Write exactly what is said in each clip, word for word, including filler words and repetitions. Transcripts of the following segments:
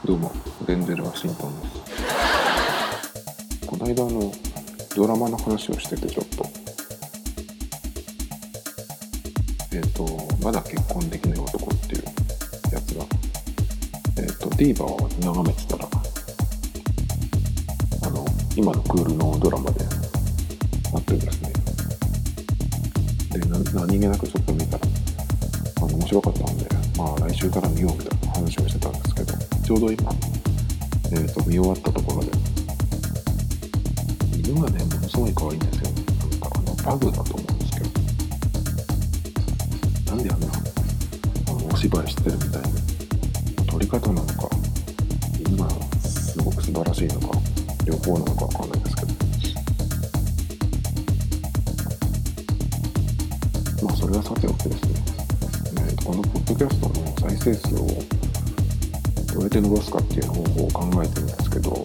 どうも、デンゼル・ワシントンです。この間あのドラマの話をしてて、ちょっとえっ、ー、とまだ結婚できない男っていうやつがえっ、ー、と TVer を眺めてたら、あの今のクールのドラマであってですね、でな何気なくちょっと見たらあの面白かったんで、まあ来週から見ようみたいな話をしてたんですけど、ちょうど今えー、と見終わったところで、犬がねものすごい可愛いんですよ。なんかあのパグだと思うんですけど、なんであんなあのお芝居してるみたいに撮り方なのか、犬がすごく素晴らしいのか、両方なのかわかんないですけど、まあそれはさておきですね、えー、このポッドキャストの再生数をどうやって伸ばすかっていう方法を考えてるんですけど、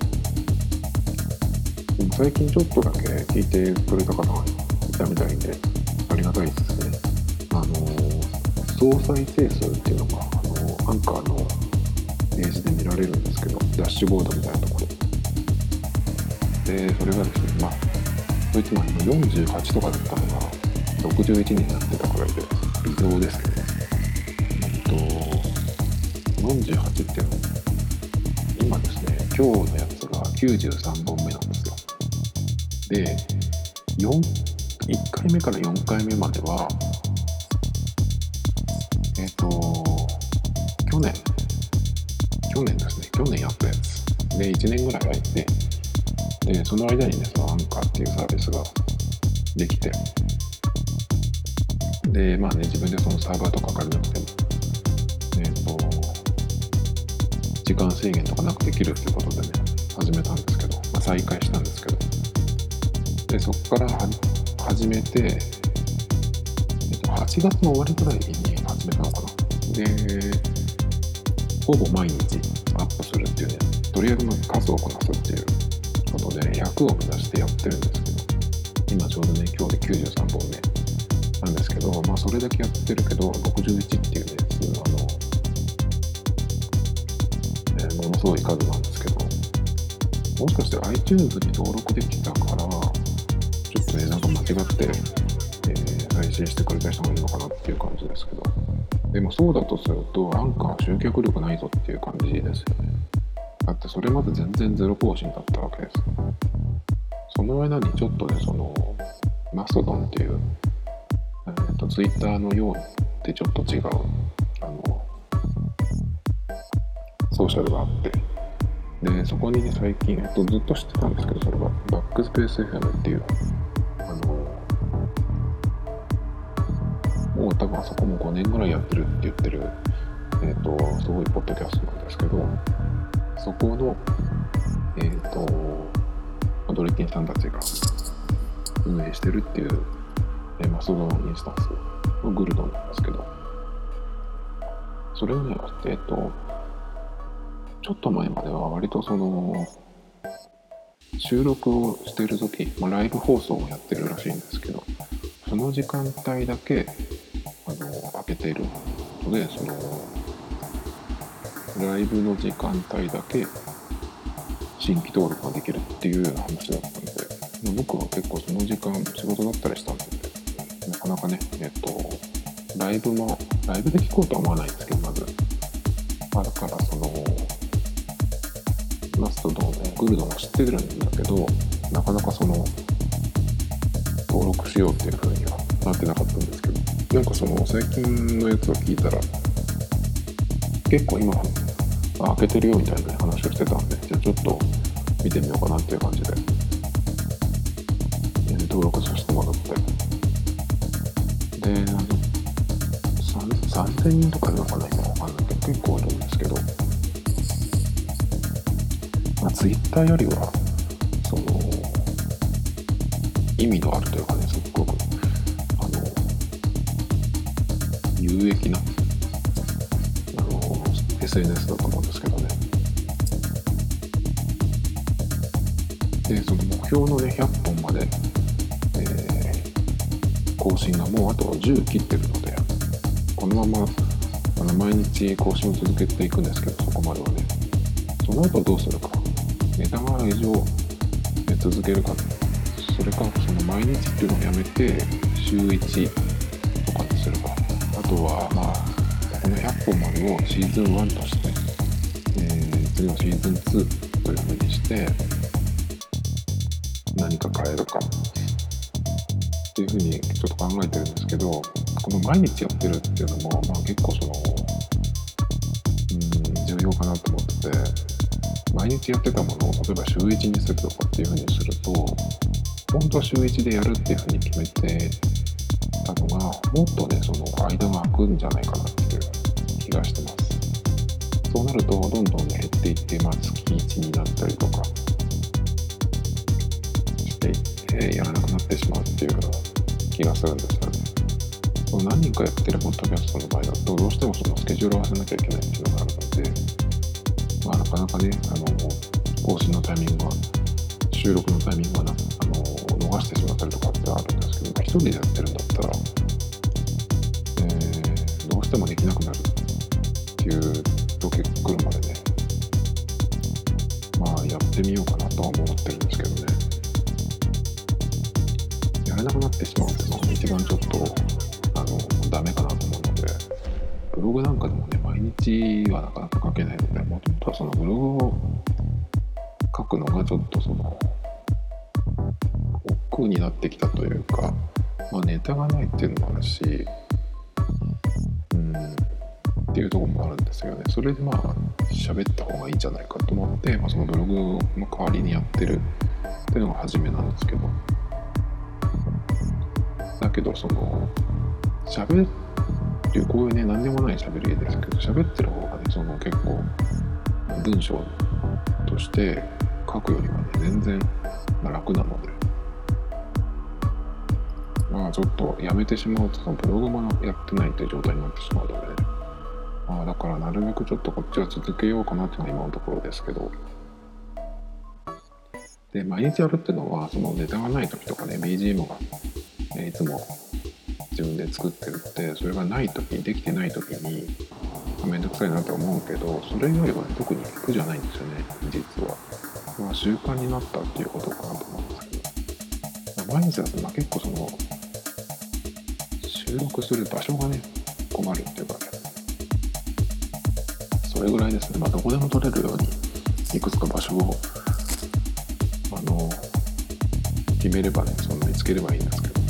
でも最近ちょっとだけ聞いてくれた方がいたみたいでありがたいですね。あの総再生数っていうのがあのアンカーのページで見られるんですけど、ダッシュボードみたいなところで、それがですね、まあそいつもよんじゅうはちとかだったのがろくじゅういちになってたくらいで微増ですけどね。えっとよんじゅうはちっていうのは今ですね、今日のやつがきゅうじゅうさんぼんめなんですよ。で、よんいっかいめからよんかいめまではえっと去年去年ですね去年やったやつでいちねんぐらい空いて、でその間にね、そのアンカーっていうサービスができて、でまあね、自分でそのサーバーとか借りなくてもえっと時間制限とかなくできるっていうことでね始めたんですけど、まあ、再開したんですけど、でそこから始めて、えっと、はちがつの終わりぐらいに始めたのかな。でほぼ毎日アップするっていうね、とりあえずまず数をこなすっていうことでひゃくを目指してやってるんですけど、今ちょうどね今日できゅうじゅうさんぼんめなんですけど、まあそれだけやってるけどろくじゅういちっていうね、あのものすごい数なんですけど、もしかして iTunes に登録できたからちょっとねなんか間違って、えー、配信してくれた人がいるのかなっていう感じですけど、でもそうだとするとアンカー集客力ないぞっていう感じですよね。だってそれまで全然ゼロ更新だったわけです。その間にちょっとね、そのマストドンっていう、えー、と Twitter のようでちょっと違うあのソーシャルがあって、でそこにね最近、えっと、ずっと知ってたんですけど、それはバックスペース エフエム っていうあのもう多分あそこもごねんぐらいやってるって言ってる、えっとすごいポッドキャストなんですけど、そこのえっとドリキンさんたちが運営してるっていう、えマストドンインスタンスのグルドなんですけど、それをね、えっとちょっと前までは割とその収録をしている時、まあ、ライブ放送をやってるらしいんですけど、その時間帯だけあの開けているので、そのライブの時間帯だけ新規登録ができるっていうような話だったので、僕は結構その時間仕事だったりしたんで、なかなかね、えっとライブもライブで聞こうとは思わないんですけど、まずまあだからそのマストドンね、グルドも知ってるんだけど、なかなかその登録しようっていう風にはなってなかったんですけど、なんかその最近のやつを聞いたら結構今開けてるよみたいな話をしてたんで、じゃあちょっと見てみようかなっていう感じで、えー、登録させてもらって、であのさんぜんにんとかいるのかな、今わかんないけど結構いるんですけど、まあ、Twitter よりはその意味のあるというかね、すっごくあの有益なあの エスエヌエス だと思うんですけどね。でその目標のねひゃっぽんまで、えー、更新がもうあとじゅう切ってるので、このままあの毎日更新を続けていくんですけど、そこまではねその後どうするか、ネタが以上続けるか、それかその毎日っていうのをやめて週いちとかにするか、あとはまあこのひゃっぽんまでをシーズンワンとして、えー、次のシーズンツーというふうにして何か変えるかっていうふうにちょっと考えてるんですけど、この毎日やってるっていうのも、まあ、結構そのうん重要かなと思ってて、毎日やってたものを例えば週いちにするとかっていうふうにすると、本当は週いちでやるっていうふうに決めてたのがもっとねその間が空くんじゃないかなっていう気がしてます。そうなるとどんどんね減っていって、まあ、月いちになったりとかしていってやらなくなってしまうっていう気がするんですよね。その何人かやってるポッドキャストの場合だとどうしてもそのスケジュールを合わせなきゃいけないっていうのがあるので、まあ、なかなかねあの更新のタイミングは収録のタイミングはなあの逃してしまったりとかってあるんですけど、一人でやってるんだったら、えー、どうしてもできなくなるっていう時が来るまでね、まあやってみようかなとは思ってるんですけどね。やれなくなってしまうっていうのが一番ちょっとあのダメかなと思うので、ブログなんかでもね毎日はなかなか書けないので、もともとはそのブログを書くのがちょっとその億劫になってきたというか、まあ、ネタがないっていうのもあるし、うんっていうところもあるんですよね。それでまあ喋った方がいいんじゃないかと思って、まあ、そのブログの代わりにやってるっていうのが初めなんですけど、だけどその喋るこういうね何でもない喋りですけど、喋ってる方がねその結構文章として書くよりはね全然楽なので、まあちょっとやめてしまうとそのブログもやってないという状態になってしまうので、ね、まあだからなるべくちょっとこっちは続けようかなっていうのが今のところですけど、で毎日やるっていうのはそのネタがない時とかね ビージーエム が、えー、いつも自分で作ってるって、それがない時にできてない時にめんどくさいなと思うけど、それよりは、ね、特に苦じゃないんですよね実は。まあ習慣になったっていうことかなと思うんですけど、毎日だとまあ結構その収録する場所がね困るっていうかね、それぐらいですね。まあどこでも撮れるようにいくつか場所をあの決めればね、その見つければいいんですけど、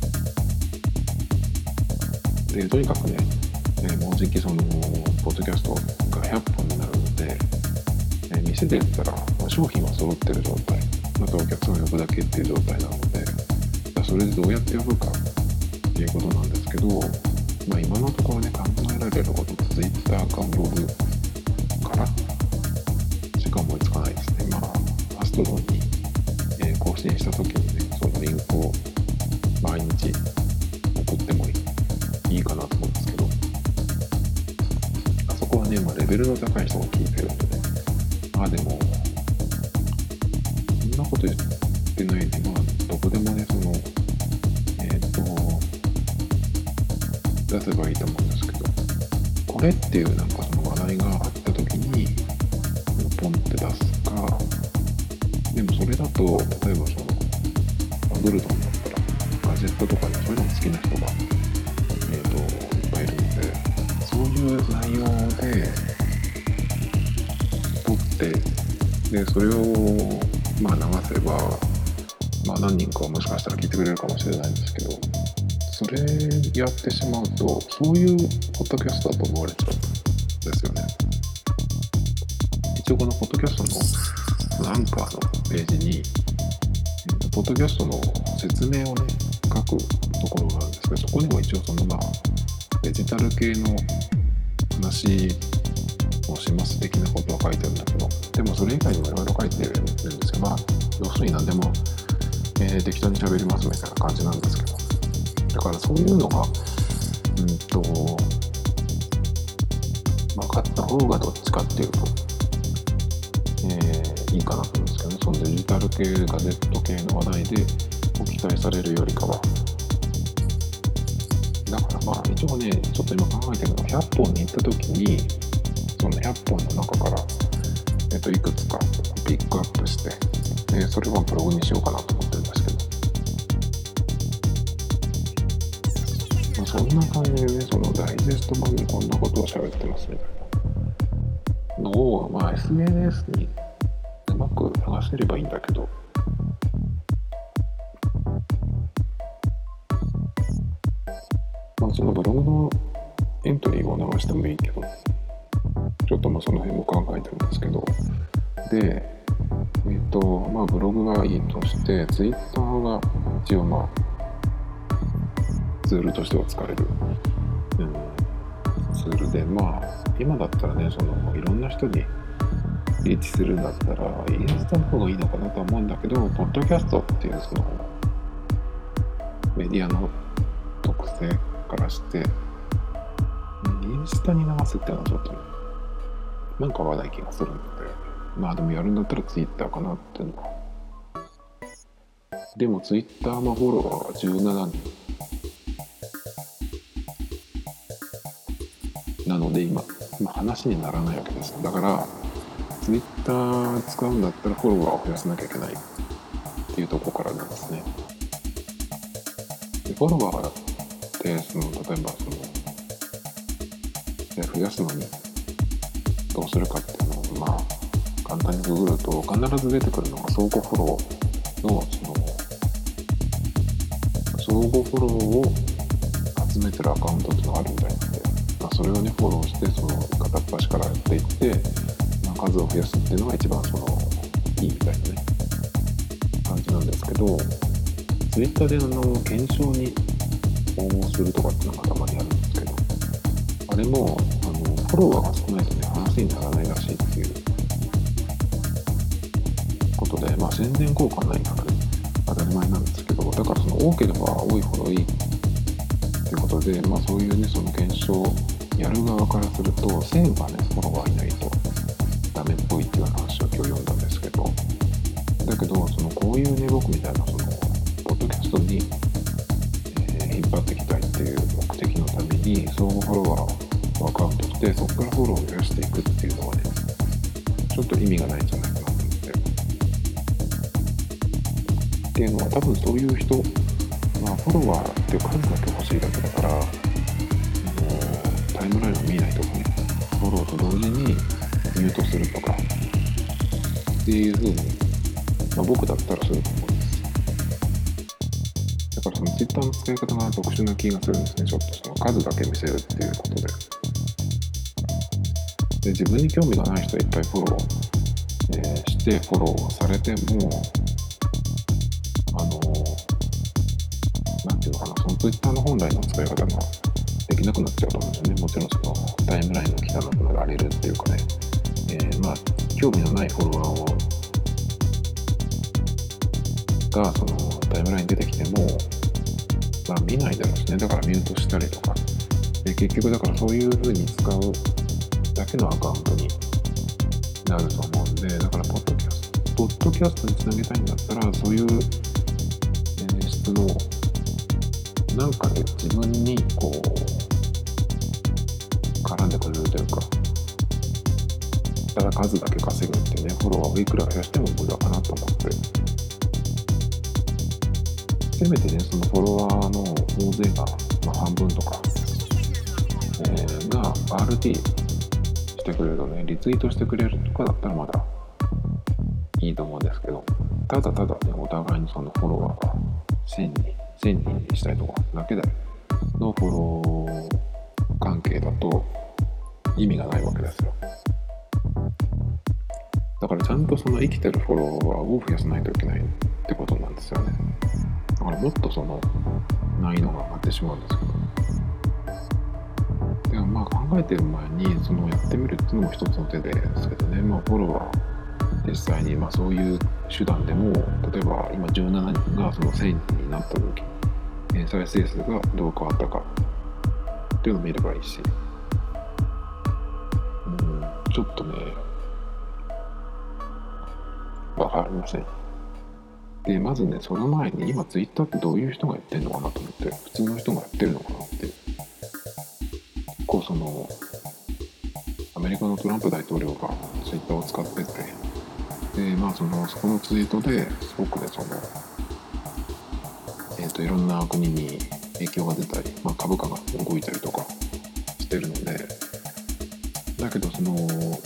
でとにかくね、えー、もうじきそのポッドキャストがひゃっぽんになるので、えー、店で言ったら、まあ、商品は揃ってる状態、あとお客さんを呼ぶだけっていう状態なので、それでどうやって呼ぶかっていうことなんですけど、まあ、今のところね考えられること、ツイッターかブログからしか思いつかないですね。まあマストドンに、えー、更新した時にねそのリンクを毎日送ってもいいいいかなと思うんですけど、あそこはね、まあ、レベルの高い人が聞いてるんでね、まあでもそんなこと言ってないんで、まあどこでもねそのえっ、ー、と出せばいいと思うんですけど、これっていうなんかその話題があった時にポンって出すか、でもそれだと例えばそのバブルドンだったらガジェットとかでそういうのが好きな人がえーといっぱいいるので、そういう内容で撮ってでそれをまあ流せば、まあ何人かはもしかしたら聞いてくれるかもしれないんですけど、それやってしまうとそういうポッドキャストだと思われちゃうんですよね。一応このポッドキャストのアンカーのページにポッドキャストの説明をね書くところがあるんですけど、そこにも一応そのまあデジタル系の話をします的なことは書いてるんだけど、でもそれ以外にもいろいろ書いてるんですけど、まあ要するに何でも、えー、適当に喋りますみたいな感じなんですけど、だからそういうのがうんと分かった方がどっちかっていうと、えー、いいかなと思うんですけどね。そのデジタル系ガジェット系の話題でご期待されるよりかは、だからまあ一応ねちょっと今考えてるのはひゃっぽんに行った時にそのひゃっぽんの中から、 えっと、いくつかピックアップして、えー、それをブログにしようかなと思ってるんですけど、まあ、そんな感じでね、そのダイジェスト版にこんなことを喋ってますみたいなのを、まあ、エスエヌエス にうまく流せればいいんだけど、まあ、そのブログのエントリーを流してもいいけど、ちょっとまあその辺も考えてるんですけど、で、えっと、まあブログはいいとして、ツイッターが一応まあツールとしては使える、うん、ツールで、まあ今だったらね、そのいろんな人にリーチするんだったらインスタの方がいいのかなと思うんだけど、ポッドキャストっていうそのメディアの特性からしてインスタに流すっていうのはちょっとなんか合わない気がするので、まあでもやるんだったらツイッターかなっていうのは。でもツイッターのフォロワーがじゅうななにんなので今、今話にならないわけです。だからツイッター使うんだったらフォロワーを増やさなきゃいけないっていうところからなんですね。でフォロワーってその例えばその増やすのにどうするかっていうのをまあ簡単にググると必ず出てくるのが相互フォローのその相互フォローを集めてるアカウントっていうのがあるみたいなので、まあ、それをねフォローしてその片っ端からやっていって、まあ、数を増やすっていうのが一番そのいいみたいなね感じなんですけど、ツイッターであの検証に応募するとかっていうのがたまにあるんですけど、あれもあのフォロワーが少ないとね話にならないらしいっていうことで、まあ宣伝効果ないからね当たり前なんですけど、だからその多ければ多いほどいいっていうことで、まあそういうねその検証やる側からするとせんはねフォロワーいないとダメっぽいっていう話を今日読んだんですけど、だけどそのこういうね僕みたいなそのポッドキャストに、えー、引っ張っていきたいっていう目的のために相互フォロワーをアカウントしてそこからフォローを増やしていくっていうのはねちょっと意味がないんじゃないかなと思って、っていうのは多分そういう人、まあ、フォロワーっていう数だけ欲しいだけだから、もうタイムラインが見えないとかね、フォローと同時にミュートするとかっていう風に、まあ、僕だったらすると思うんです。だからその Twitter の使い方が特殊な気がするんですね。ちょっとその数だけ見せるっていうことで。で自分に興味がない人はいっぱいフォロー、えー、してフォローされてもあのなんていうのかな、その Twitter の本来の使い方ができなくなっちゃうと思うんですよね。もちろんそのタイムラインが汚くなられるっていうかね、えー、まあ興味のないフォロワーをがそのタイムラインに出てきても、まあ、見ないだろうしね。だからミュートしたりとかで結局だからそういう風に使うだけのアカウントになると思うんで、だからポッドキャストポッドキャストにつなげたいんだったらそういう、えー、質のなんかで自分にこう絡んでくれるというか、ただ数だけ稼ぐっていうね、フォロワーをいくら増やしても無駄かなと思って、せめてねそのフォロワーの大勢が、まあ、半分とか、えー、が アールティー してくれるとね、リツイートしてくれるとかだったらまだいいと思うんですけど、ただただねお互いにそのフォロワーがせんにんせんにんにしたいとかだけでのフォロー関係だと意味がないわけですよ。だからちゃんとその生きてるフォロワーを増やさないといけないってことなんですよね。だからもっとその難易度が上がってしまうんですけど、でもまあ考えてる前にそのやってみるっていうのも一つの手ですけどね、まあフォロワー実際にまあそういう手段でも、例えば今じゅうななにんがそのせんにんになった時、再生数がどう変わったかっていうのを見ればいいし、うん、ちょっとねわかりません。でまずねその前に今ツイッターってどういう人がやってるのかなと思って、普通の人がやってるのかなって、結構そのあアメリカのトランプ大統領がツイッターを使ってて、でまあそのそこのツイートですごくねその、えー、といろんな国に影響が出たり、まあ、株価が動いたりとかしてるので、だけどその、ま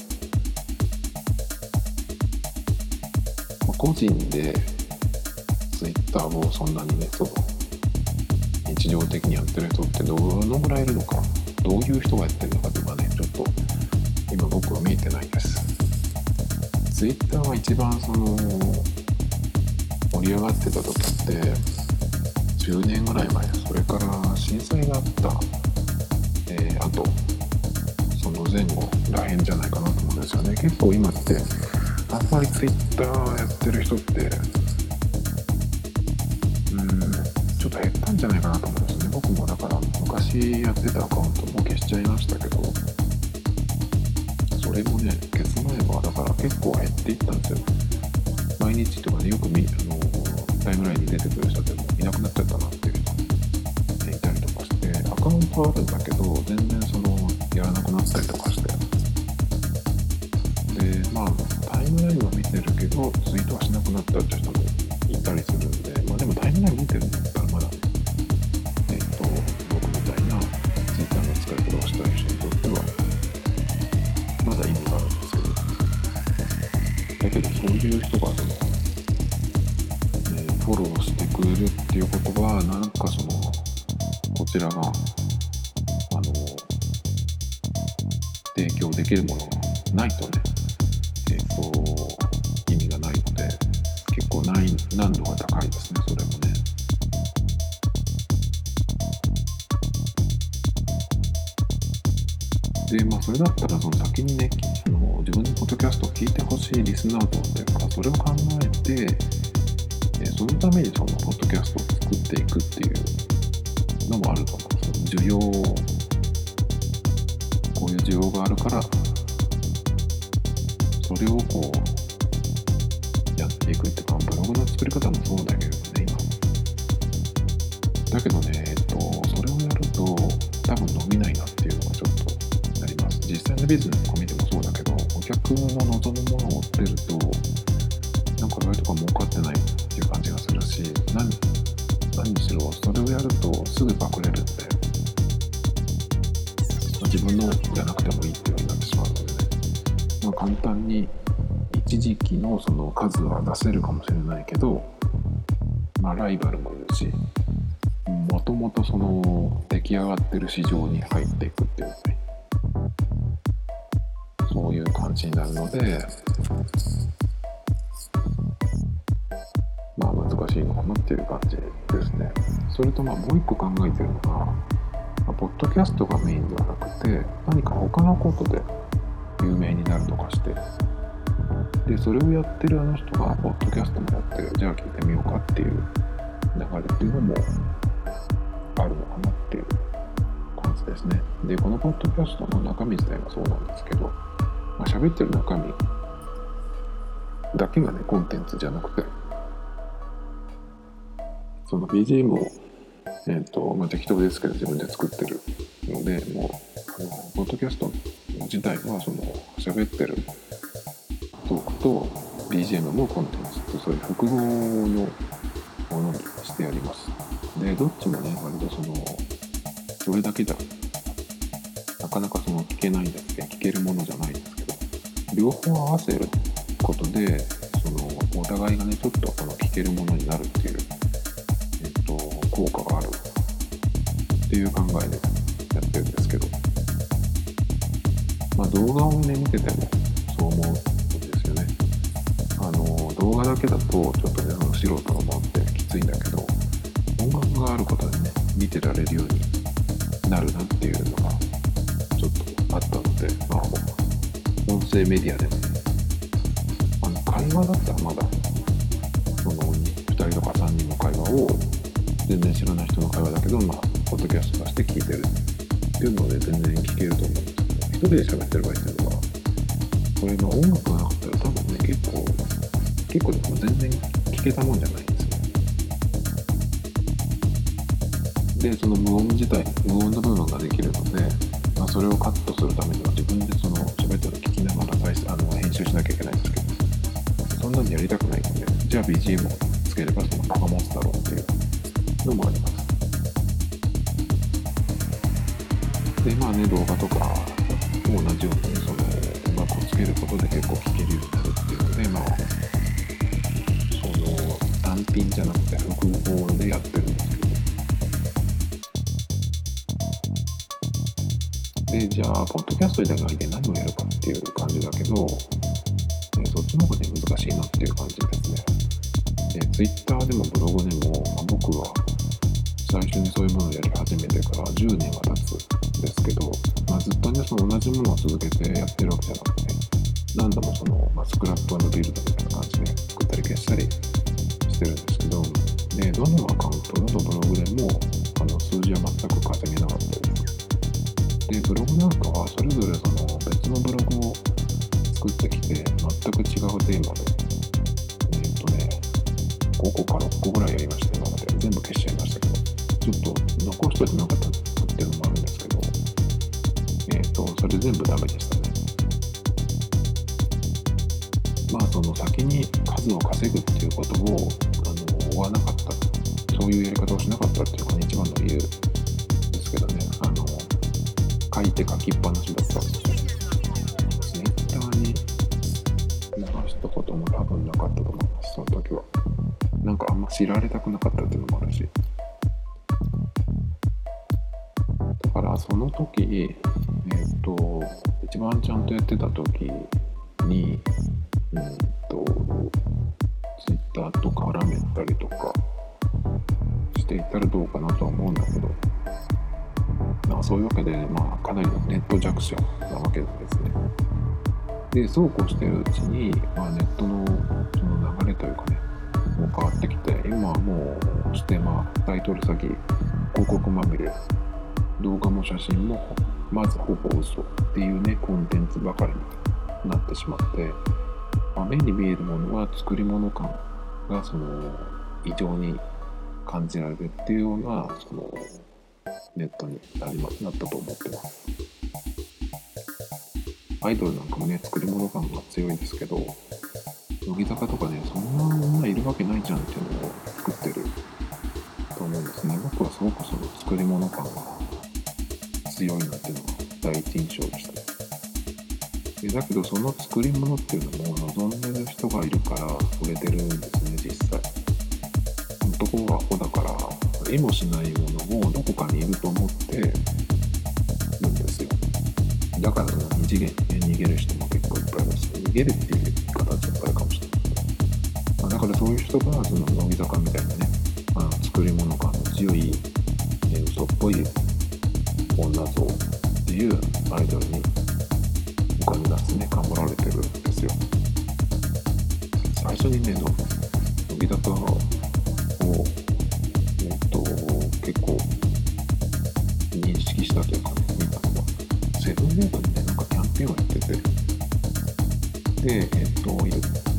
あ、個人でツイッターをそんなにねその日常的にやってる人ってどのぐらいいるのか、どういう人がやってるのかとかね、ちょっと今僕は見えてないです。ツイッターは一番その盛り上がってた時ってじゅうねんぐらい前、それから震災があった、えー、あとその前後らへんじゃないかなと思うんですよね。結構今ってあんまりツイッターやってる人ってちょっと減ったんじゃないかなと思うんですね。僕もだから昔やってたアカウントも消しちゃいましたけど、それもね消す前はだから結構減っていったんですよ。毎日とかねよく見あのタイムラインに出てくる人でもいなくなっちゃったなっていう人がいたりとかして、アカウントはあるんだけど全然そのやらなくなったりとかして、でまあタイムラインは見てるけどツイートはしなくなったって人もいたりするんで、まあでもタイムライン見てるんだったらまだね、えっと僕みたいなツイッターの使い方をしたい人にとってはまだ意味があるんですけど、だけどそういう人がその、えー、フォローしてくれるっていうことはなんかそのこちらがあの提供できるものがないとね、えっと意味がないので結構難難度が高いですね、それもね。でまあそれだったらその先にねあの自分のポッドキャストを聞いてほしいリスナーとっていうか、それを考えて、えー、そのためにそのポッドキャストを作っていくっていうのもあると思うんですよ。需要こういう需要があるからそれをこうやっていくっていうか、ブログの作り方もそうだけどね今だけどね、えっとそれをやると多分伸びないなっていうのがちょっとあります。実際のビジネスのコミでもそうだけど、お客の望むものを追ってるとなんかそれとか儲かってないっていう感じがするし、何何しろそれをやるとすぐパクれるんで、自分のじゃなくてもいいっていうようになってしまうのでね、まあ、簡単に一時期のその数は出せるかもしれないけど、まあライバルもいるし、もともとその出来上がってる市場に入っていくっていうね、そういう感じになるので、まあ難しいのかなっていう感じですね。それとまあもう一個考えてるのが、まあ、ポッドキャストがメインではなくて何か他のことで有名になるとかして、でそれをやってるあの人がポッドキャストもやってる、じゃあ聞いてみようかっていう流れっていうのもあるのかなっていう感じですね。でこのポッドキャストの中身自体もそうなんですけど、まあ、喋ってる中身だけがねコンテンツじゃなくて、その ビージーエム を、えーとまあ、適当ですけど自分で作ってるので、もうあのポッドキャスト自体はその喋ってるトークと ビージーエム もコンテンツとそういう複合のものにしてあります。でどっちもね割とそのそれだけじゃなかなかその聞けないんですけど、聞けるものじゃないんですけど、両方合わせることでそのお互いがねちょっとこの聞けるものになるっていう、えっと、効果があるっていう考えでやってるんですけど、まあ動画をね見ててもそう思うんですよね。あの動画だけだとちょっとねその素人のものってきついんだけど、音楽があることでね見てられるようになるなっていうのがちょっとあったので、まあ音声メディアでもあの会話だったらまだそのふたりとかさんにんの会話を全然知らない人の会話だけど、まあポッドキャストとして聞いてるっていうので全然聞けると思うんですけど、一人で喋ってる場合っていうのはこれまあ音楽がなかったら多分ね結構結構でも全然聞けたもんじゃないんですよ。でその無音自体無音の部分ができるので、まあ、それをカットするためには自分でその喋ビージーエム をつければその場が持つだろうっていうのもあります。でまあね動画とか同じようにその音楽をつけることで結構聴けるようになるっていうのでまあその単品じゃなくて複合でやってるんですけど、でじゃあポッドキャスト以外で何をやるかっていう感じだけど、えそっちの方がね難しいなっていう感じですね。で Twitter でもブログでも、まあ、僕は最初にそういうものをやり始めてからじゅうねんは経つんですけど、まあ、ずっとねその同じものを続けてやってるわけじゃなくて、何度もその、まあ、スクラップ&ビルドみたいな感じで作ったり消したりしてるんですけど、でどのアカウントどのブログでもあの数字は全く稼げなかったです。でブログなんかはそれぞれその別のブログを作ってきて全く違うテーマでえーっとねごこかろっこぐらいやりました。今まで全部消しちゃいましたけど、ちょっと残しといてなかったっていうのもあるんですけど、えーっとそれ全部ダメでしたね。まあその先に数を稼ぐっていうことをあの追わなかった、そういうやり方をしなかったっていうのが一番の理由ですけどね。あの書いて書きっぱなしだった。ツイッターに流したことも多分なかったと思います。その時はなんかあんま知られたくなかったっていうのもあるし、だからその時えっと一番ちゃんとやってた時にうんとツイッターと絡めたりとかしていったらどうかなとは思うんだけど、まあ、そういうわけで、まあ、かなりのネット弱者なわけですね。でそうこうしてるうちに、まあ、ネットのその流れというかねもう変わってきて、今はもうステマ、タイトル詐欺、広告まみれ、動画も写真もまずほぼ嘘っていうねコンテンツばかりになってしまって、まあ、目に見えるものは作り物感がその異常に感じられるっていうようなそのネットになりまなったと思ってます。アイドルなんかもね作り物感が強いですけど、乃木坂とかねそんな女いるわけないじゃんっていうのを作ってると思うんですね。僕はすごくその作り物感が強いなっていうのが第一印象でした。でだけどその作り物っていうのも望んでる人がいるから売れてるんですね。実際男がアホだから意もしないものをどこかにいると思ってるんですよ。だから二次元に逃げる人も結構いっぱいいます。逃げるっていう言い方はちょっとあれかもしれない、まあ、だからそういう人がその乃木坂みたいなね、まあ、作り物感の強い、えー、嘘っぽい女像っていうアイドルにお金出してね頑張られてるんですよ。最初にね乃木坂をえっと結構認識したというかね見たのはセブンイレブンでなんかキャンペーンをやってて、でえっと入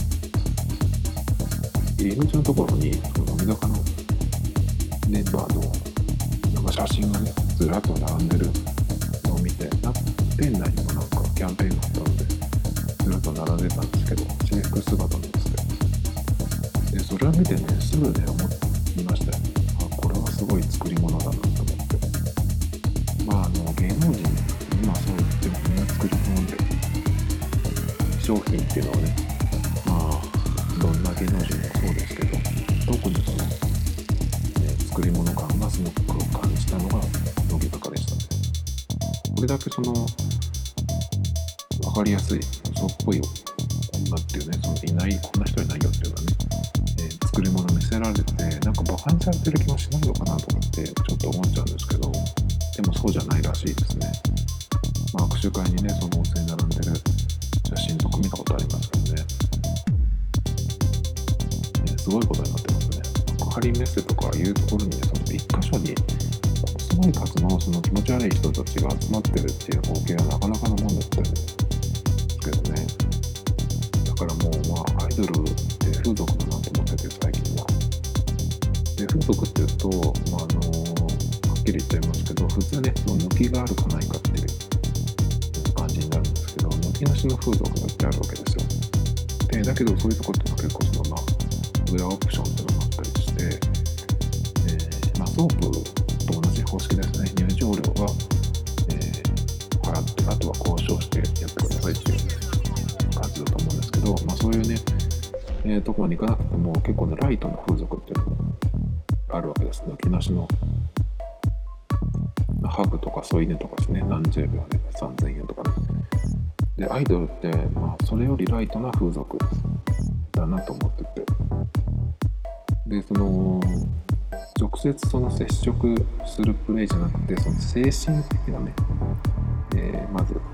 り口のところに乃木坂のメンバーのなんか写真がねずらっと並んでるのを見て、な店内にもなんかキャンペーンがあったのでずらっと並んでたんですけど、制服姿なんですけど、でそれを見てねすぐね思いましたよね。あこれはすごい作り物だなと思って、まああの芸能人今そう言ってもみんな作り物で商品っていうのはね、まあどんな芸能人もそうですけど、特にその、ね、作り物感がすごく感じたのが乃木坂でしたね。これだけその分かりやすい嘘っぽい女っていうね、そのいないこんな人いないよっていうのはね、えー、作り物見せられてなんかバカにされてる気もしないのかなとかってちょっと思っちゃうんですけど、でもそうじゃないらしいですね。まあ、握手会にねその大勢並んでる写真とか見たことありますけどね、ねすごいことになってますね。幕張メッセとかいうところにね、その一箇所にすごい数のその気持ち悪い人たちが集まってるっていう光景はなかなかのもんだったんですけどね。だからもうまあアイドルって風俗だなと思ってて最近は。で風俗っていうと、まあ、あのはっきり言っちゃいますけど、普通ねその抜きがあるかないかっていう感じになるんですけど、抜きなしの風俗だってあるわけですよ。でだけどそういうところって結構そのまあ裏オプションっていうのがあったりして、えーまあ、ソープと同じ方式ですね。入場料は、えー、払って、あとは交渉してやってくださいっていう感じだと思うんですけど、まあ、そういうね、えー、ところに行かなくても結構ねライトな風俗っていうのもあるわけですね。木梨のハグとか添い寝とかですね、何十秒でさんぜんえんとかね。でアイドルって、まあ、それよりライトな風俗だなと思ってて、でその直接その接触するプレイじゃなくて、その精神的なね、えー、まず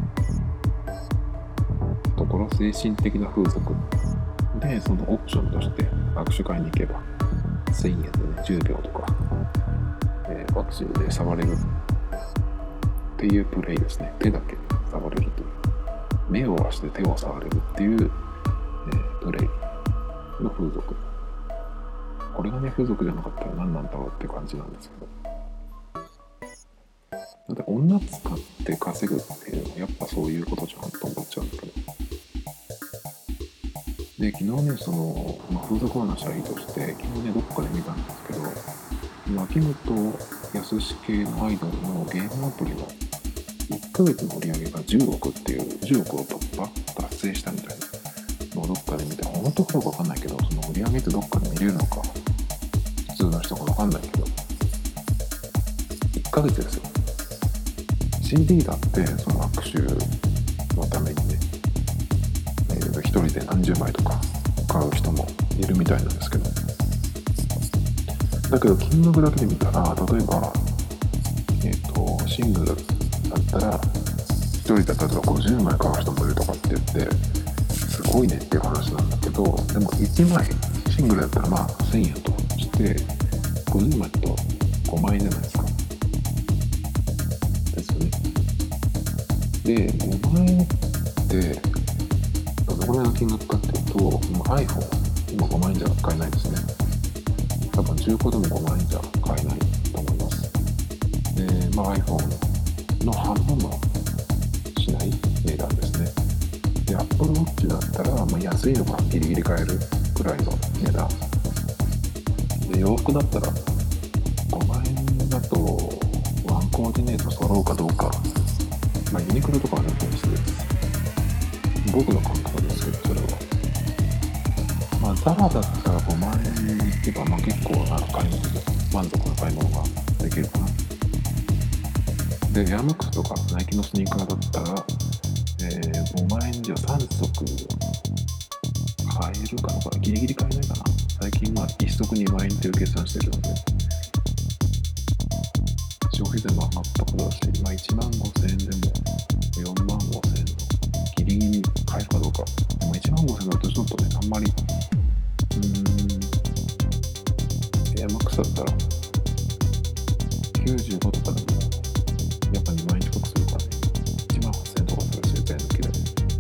ところ精神的な風俗で、そのオプションとして握手会に行けばせんえんでねじゅうびょうとか、えー、握手で触れるっていうプレイですね。手だけ触れるという、目を合わせて手を触れるっていう、えー、プレイの風俗。これがね風俗じゃなかったら何なんだろうって感じなんですけど、だって女使って稼ぐっていうのはやっぱそういうことじゃんと思っちゃうんだけど、で昨日ねその、まあ、風俗話はいいとして、昨日ねどっかで見たんですけど、秋元康系のアイドルのゲームアプリのいっかげつの売り上げがじゅうおくっていうじゅうおくを突破達成したみたいなのをどっかで見て、本当かどうか分かんないけど、その売り上げってどっかで見れるのか普通の人が分かんないけど、いっかげつですよ。 シーディー だってその握手のためにね、えー、ひとりで何十枚とか買う人もいるみたいなんですけど、だけど金額だけで見たら、例えば、えー、とシングルだったらひとりで例えばごじゅうまい買う人もいるとかって言ってすごいねっていう話なんだけど、でもいちまいシングルだったらまあせんえんとしてごじゅうまいとごまんえんじゃないですか。ですよね。でごまんえんってどのぐらいの金額かっていうと、iPhone 今ごまんえんじゃ買えないですね。多分中古でもごまんえんじゃ買えないと思います。で、まあ、iPhone の半分もしない値段ですね。で Apple Watch だったら、まあ、安いのがギリギリ買えるくらいの値段で、洋服だったらごまんえんだとワンコーディネート揃うかどうか、まあユニクロとかはね別です。僕の感覚ですけど、それはまあザラだったらごまんえんに行けば、まあ結構な買い物で満足な買い物ができるかな。でエアマックスとかナイキのスニーカーだったら、えー、ごまんえんじゃさんそく買えるかどうか、ギリギリ買えないかな。最近まあいっそくにまんえんという計算してるので、消費税も上がったことだし、まあ、いちまんごせんえんでもよんまんごせんえんのギリギリ買えるかどうか。でもいちまんごせんえんだとちょっとね、あんまりうーんエアマックスだったらきゅうじゅうごとかでもやっぱにまんえん近くするからね、いちまんはっせんえんとかするし、税抜きで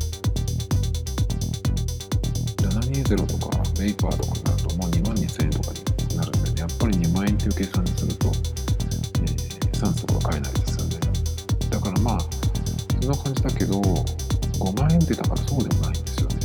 ななひゃくにじゅうとかベイパーとかになるともうにまんにせんえんとかになるんで、ね、やっぱりにまんえんという計算にすると、えー、さんそくは買えないですよね。だからまあそんな感じだけどごまんえんってだからそうでもないんですよね。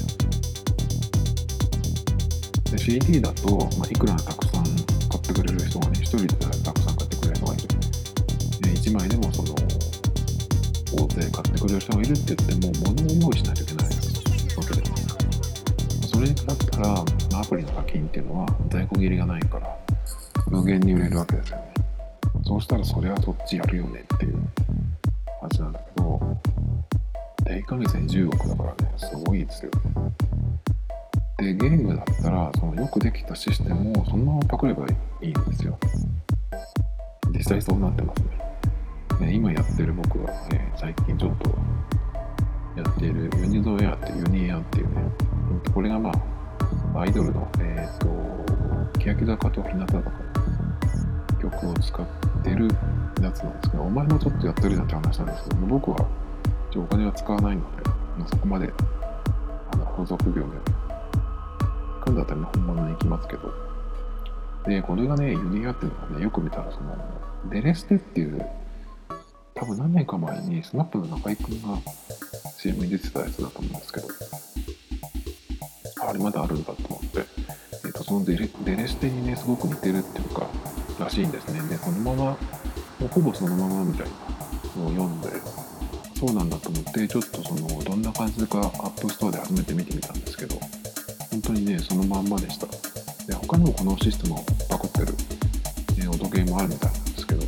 で シーディー だと、まあ、いくらたくさん買ってくれる人がね、ひとりでたくさん買ってくれる人がいる。でいちまいでもその大勢買ってくれる人がいるって言っても物を用意しないといけないわけで、それだったらアプリの課金っていうのは在庫切りがないから無限に売れるわけですよね。そうしたらそれはそっちやるよねっていう話なんだけど、いっかげつにじゅうおくだからね、すごいですよね。でゲームだったらそのよくできたシステムをそのままパクればいいんですよ。実際そうなってますね。で今やってる僕は、ね、最近ちょっとやっているユニゾンエアっていうユニエアっていうね、これがまあアイドルのえっ、ー、と欅坂と日向坂の曲を使ってるやつなんですけど、お前もちょっとやってるなんて話なんですけど、僕はお金は使わないので、まあ、そこまであの風俗業で使うんだったら、ね、本物に行きますけど、でこれがねユニアっていうのがね、よく見たらそのデレステっていう多分何年か前にスマップの中居君が シーエム に出てたやつだと思うんですけど、あれまだあるんだと思って、えー、とそのデレ、デレステにねすごく似てるっていうからしいんですね。でこのままもうほぼそのままみたいなのを読んで、そうなんだと思ってちょっとそのどんな感じかアップストアで初めて見てみたんですけど、本当にねそのまんまでした。で他にもこのシステムをパクってる、ね、音ゲーもあるみたいなんですけど、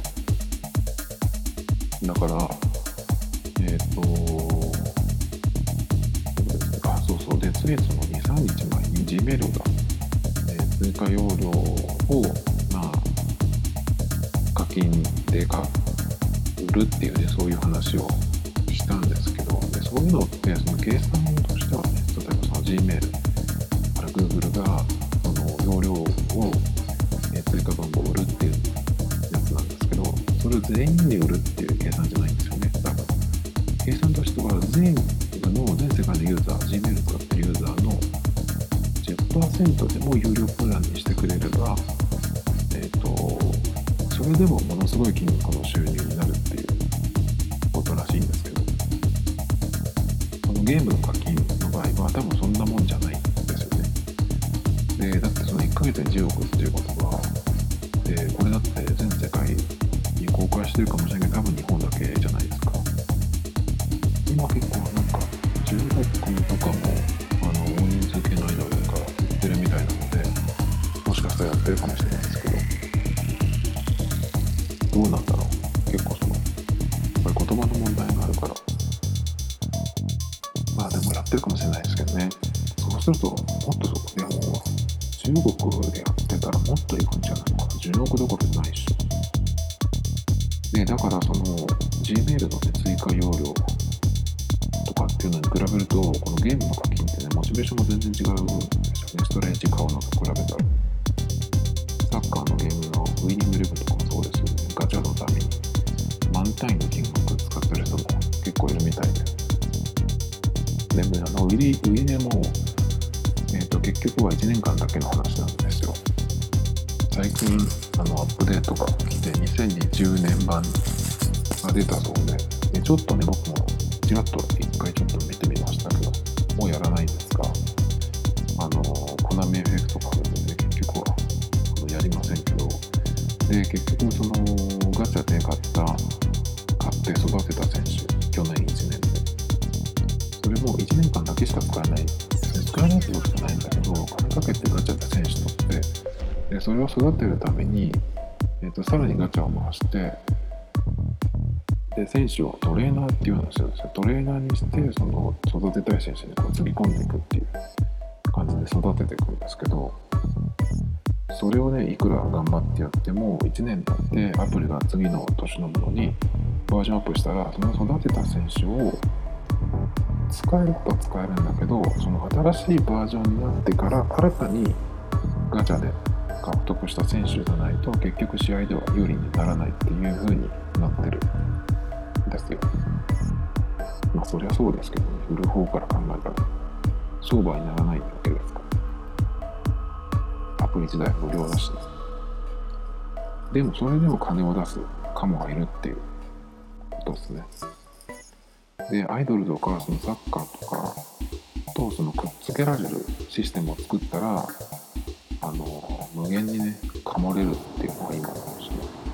だからえっ、ー、とあそうそうでついそのにさんにちまえに Gmail が、えー、追加容量をまあ課金でか売るっていうねそういう話をしたんですけど、でそういうのってその計算としてはね、例えばその Gmail から Google がその容量を、えー、追加番号を売るっていうやつなんですけど、それを全員に売るっていう計算じゃないんですよね。多分計算としては全の全世界のユーザー Gmail 使ってるユーザーの じゅっパーセント でも有料プランにしてくれれば、えっとそれでもものすごい金額の収入になるっていうことらしいんですけど、このゲームの課金の場合は多分そんなもんじゃないんですよね。でだってそのいっかげつにじゅうおくっていうことは、でこれだって全世界に公開してるかもしれないけど多分日本だけじゃないですか。今結構なんか中国とかもあの大人数系のアイドルが言ってるみたいなので、もしかしたらやってるかもしれないですけど、どうなんだろう。結構そのやっぱり言葉の問題があるから、まあでもやってるかもしれないですけどね。そうするともっとそこでも中国でやってたらもっといくんじゃないのかな。じゅうおくどころじゃないし。でだからその Gmail の、ね、追加容量とかっていうのに比べると、このゲームの課金ってねモチベーションが全然違うんですよね。ストレージ買うのと比べたら、サッカーのゲームのウイニングイレブンとかもそうですよね。ガチャのために満単位の金額使ってる人も結構いるみたいで、でもあのウイリウイネも、えーと、結局はいちねんかんだけの話なんですよ。最近あのアップデートが来てにせんにじゅうねん版が出たそうで、でちょっとね僕もちらっと一回ちょっと見てみましたけど、もうやらないんですが、あのコナミエフェクトがあるので、ね、結局はやりませんけど、で結局そのガチャで買った買って育てた選手、去年いちねんでそれもいちねんかんだけしか使えない、使えないってことじゃないんだけど、金かけてガチャで選手取って、でそれを育てるために、えーと、さらにガチャを回して、で選手をトレーナーっていうんですよ。トレーナーにしてその育てたい選手にこうつぎ込んでいくっていう感じで育てていくんですけど、それをねいくら頑張ってやってもいちねん経ってアプリが次の年のものにバージョンアップしたら、その育てた選手を使えることは使えるんだけど、その新しいバージョンになってから新たにガチャで獲得した選手じゃないと結局試合では有利にならないっていう風になってるんですよ。まあそりゃそうですけどね、売る方から考えたら商売にならないわけですから、アプリ自体無料だし、ね、でもそれでも金を出すカモがいるっていうことですね。でアイドルとかそのサッカーとかとそのくっつけられるシステムを作ったら、あの無限にねかもれるっていうのが今の話ね。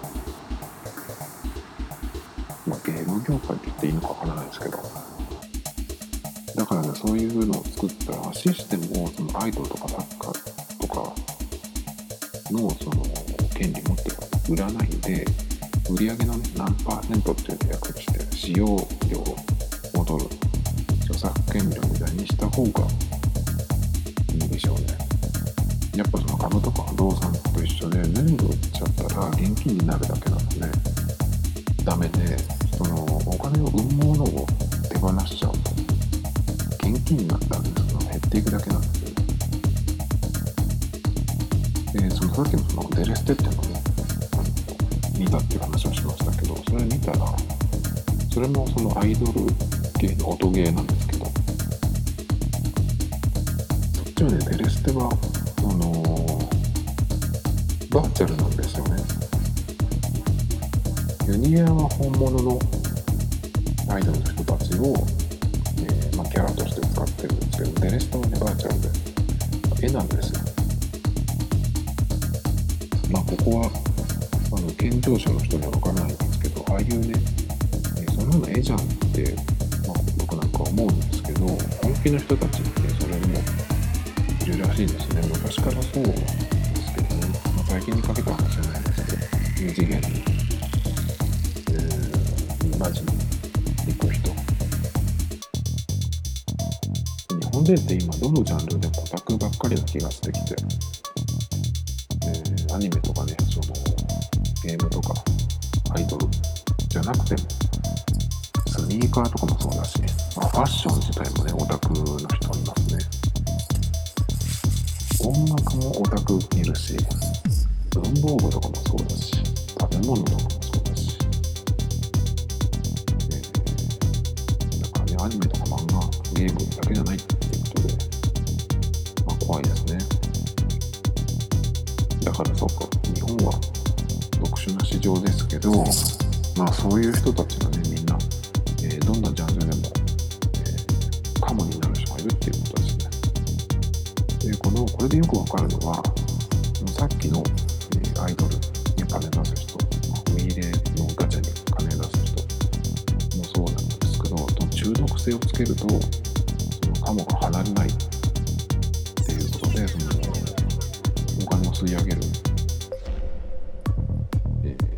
まあゲーム業界って言っていいのかわからないですけど、だからねそういうのを作ったらシステムをそのアイドルとかサッカーとかのその権利持って売らないで、売上のね何パーセントっていうのを約して使用料を戻る著作権料みたいにした方がいいでしょうね。やっぱその株とか不動産と一緒で全部売っちゃったら現金になるだけなのでダメで、そのお金を生むものを手放しちゃうと現金になったんですけど減っていくだけなんですよね。でそのさっきのそのデレステっていうのをね見たっていう話をしましたけど、それ見たらそれもそのアイドル系の音ゲーなんですけど、そっちはねデレステはあのー、バーチャルなんですよね。ユニアは本物のアイドルの人たちを、えーまあ、キャラとして使ってるんですけど、デレステはねバーチャルで絵なんですよ。 まあここはあの健常者の人には分からないんですけど、ああいうね、えそんなのええじゃんって、まあ、僕なんか思うんですけど、本気の人たちってそれでもいるらしいですね。昔からそうですけどね、まあ、最近にかけた話じゃないですけど、二次元に、えー、マジに行く人。日本人って今どのジャンルでもオタクばっかりな気がしてきて、えー、アニメとかね、そのゲームとかアイドルじゃなくても、スニーカーとかもそうだし、まあ、ファッション自体もね、オタクの人いますね。音楽もオタクいるし、文房具とかもそうだし、食べ物とかもそうだし、えー、だからね、アニメとか漫画、ゲームだけじゃないっていうことで、まあ怖いですね。だからそうか、日本は特殊な市場ですけど、まあそういう人たちがね、みんな、えー、どんなジャンルでも、えー、カモになる人がいるっていうことですね。で、この、これでよくわかるのは、さっきの、えー、アイドルに金出す人、ウィーレのガチャに金出す人もそうなんですけど、中毒性をつけると、そのカモが離れないっていうことで、そのお金を吸い上げる、えー、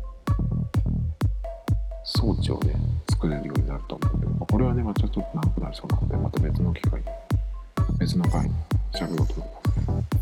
装置をね、作れるようになると思うんで、まあ、これはね、またちょっと長くなりそうなので、また別の機会に、別の回に喋ろうと思います。